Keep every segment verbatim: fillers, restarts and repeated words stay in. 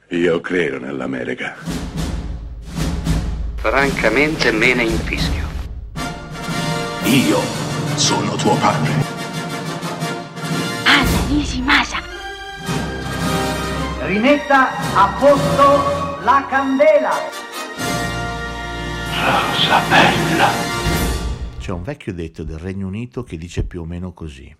Io credo nell'America. Francamente me ne infischio. Io sono tuo padre. Anna Nishimasa. Rimetta a posto la candela. Rosa bella. C'è un vecchio detto del Regno Unito che dice più o meno così: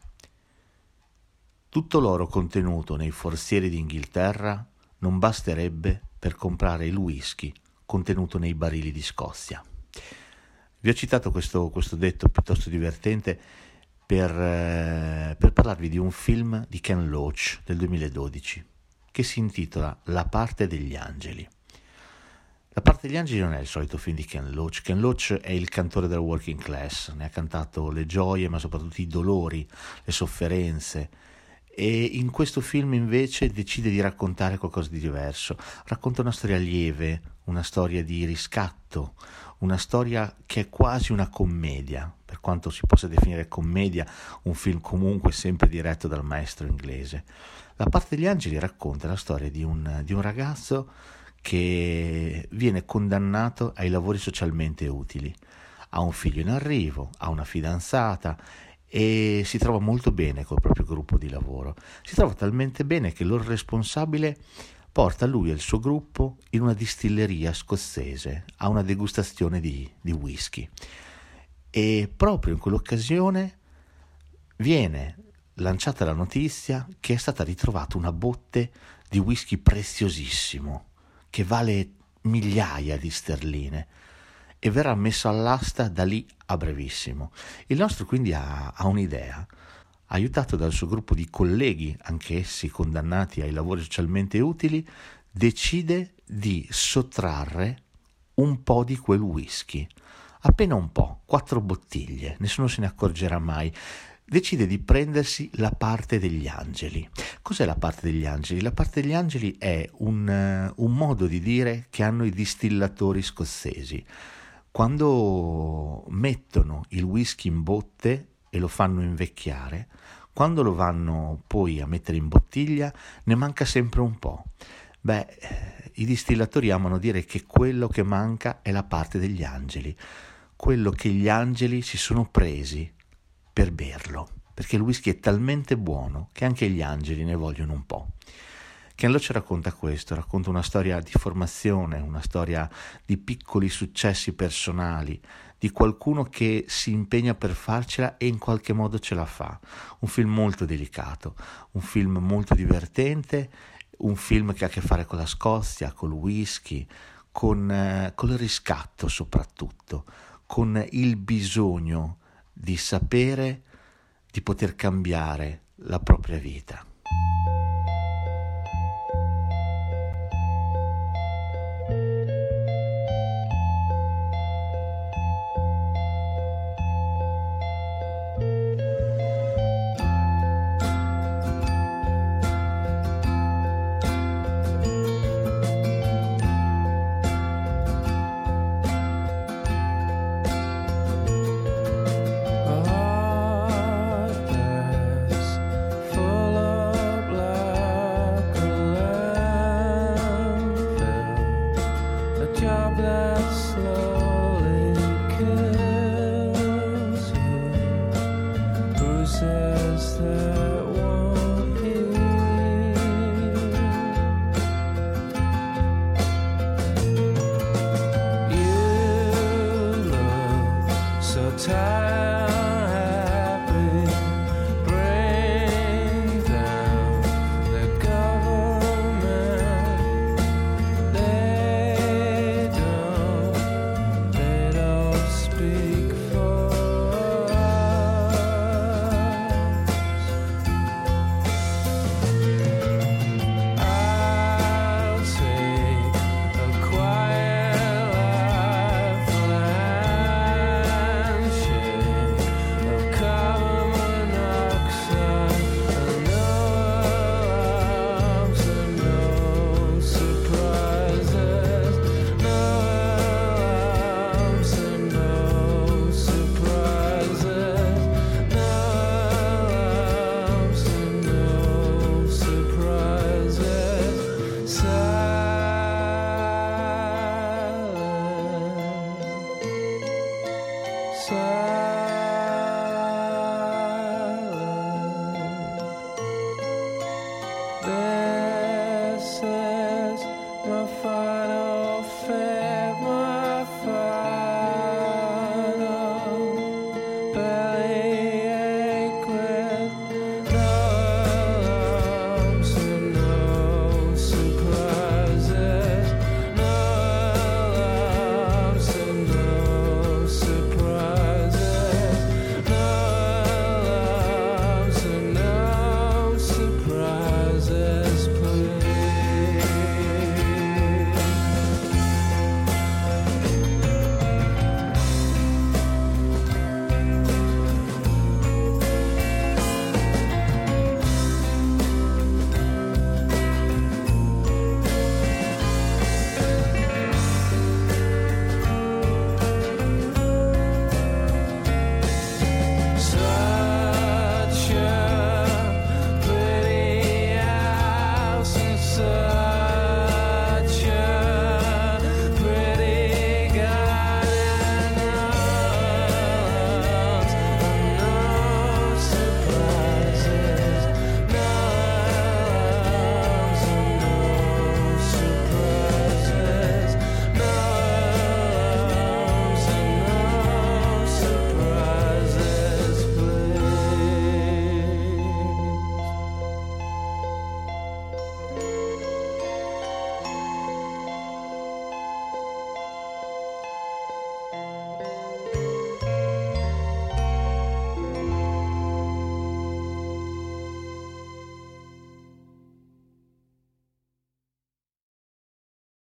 tutto l'oro contenuto nei forzieri d'Inghilterra non basterebbe per comprare il whisky contenuto nei barili di Scozia. Vi ho citato questo, questo detto piuttosto divertente per, eh, per parlarvi di un film di Ken Loach del duemiladodici che si intitola La parte degli angeli. La parte degli angeli non è il solito film di Ken Loach. Ken Loach è il cantore del working class, ne ha cantato le gioie ma soprattutto i dolori, le sofferenze, e in questo film invece decide di raccontare qualcosa di diverso. Racconta una storia lieve, una storia di riscatto, una storia che è quasi una commedia, per quanto si possa definire commedia un film comunque sempre diretto dal maestro inglese. La parte degli angeli racconta la storia di un, di un ragazzo che viene condannato ai lavori socialmente utili. Ha un figlio in arrivo, ha una fidanzata e si trova molto bene col proprio gruppo di lavoro. Si trova talmente bene che il loro responsabile porta lui e il suo gruppo in una distilleria scozzese a una degustazione di, di whisky, e proprio in quell'occasione viene lanciata la notizia che è stata ritrovata una botte di whisky preziosissimo che vale migliaia di sterline e verrà messo all'asta da lì a brevissimo. Il nostro quindi ha, ha un'idea. Aiutato dal suo gruppo di colleghi, anch'essi condannati ai lavori socialmente utili, decide di sottrarre un po' di quel whisky, appena un po', quattro bottiglie, nessuno se ne accorgerà mai. Decide di prendersi la parte degli angeli. Cos'è la parte degli angeli? La parte degli angeli è un, uh, un modo di dire che hanno i distillatori scozzesi. Quando mettono il whisky in botte e lo fanno invecchiare, quando lo vanno poi a mettere in bottiglia ne manca sempre un po'. Beh, i distillatori amano dire che quello che manca è la parte degli angeli, quello che gli angeli si sono presi per berlo, perché il whisky è talmente buono che anche gli angeli ne vogliono un po'. Ken Loach racconta questo, racconta una storia di formazione, una storia di piccoli successi personali, di qualcuno che si impegna per farcela e in qualche modo ce la fa. Un film molto delicato, un film molto divertente, un film che ha a che fare con la Scozia, col whisky, con, eh, con il riscatto soprattutto, con il bisogno di sapere di poter cambiare la propria vita.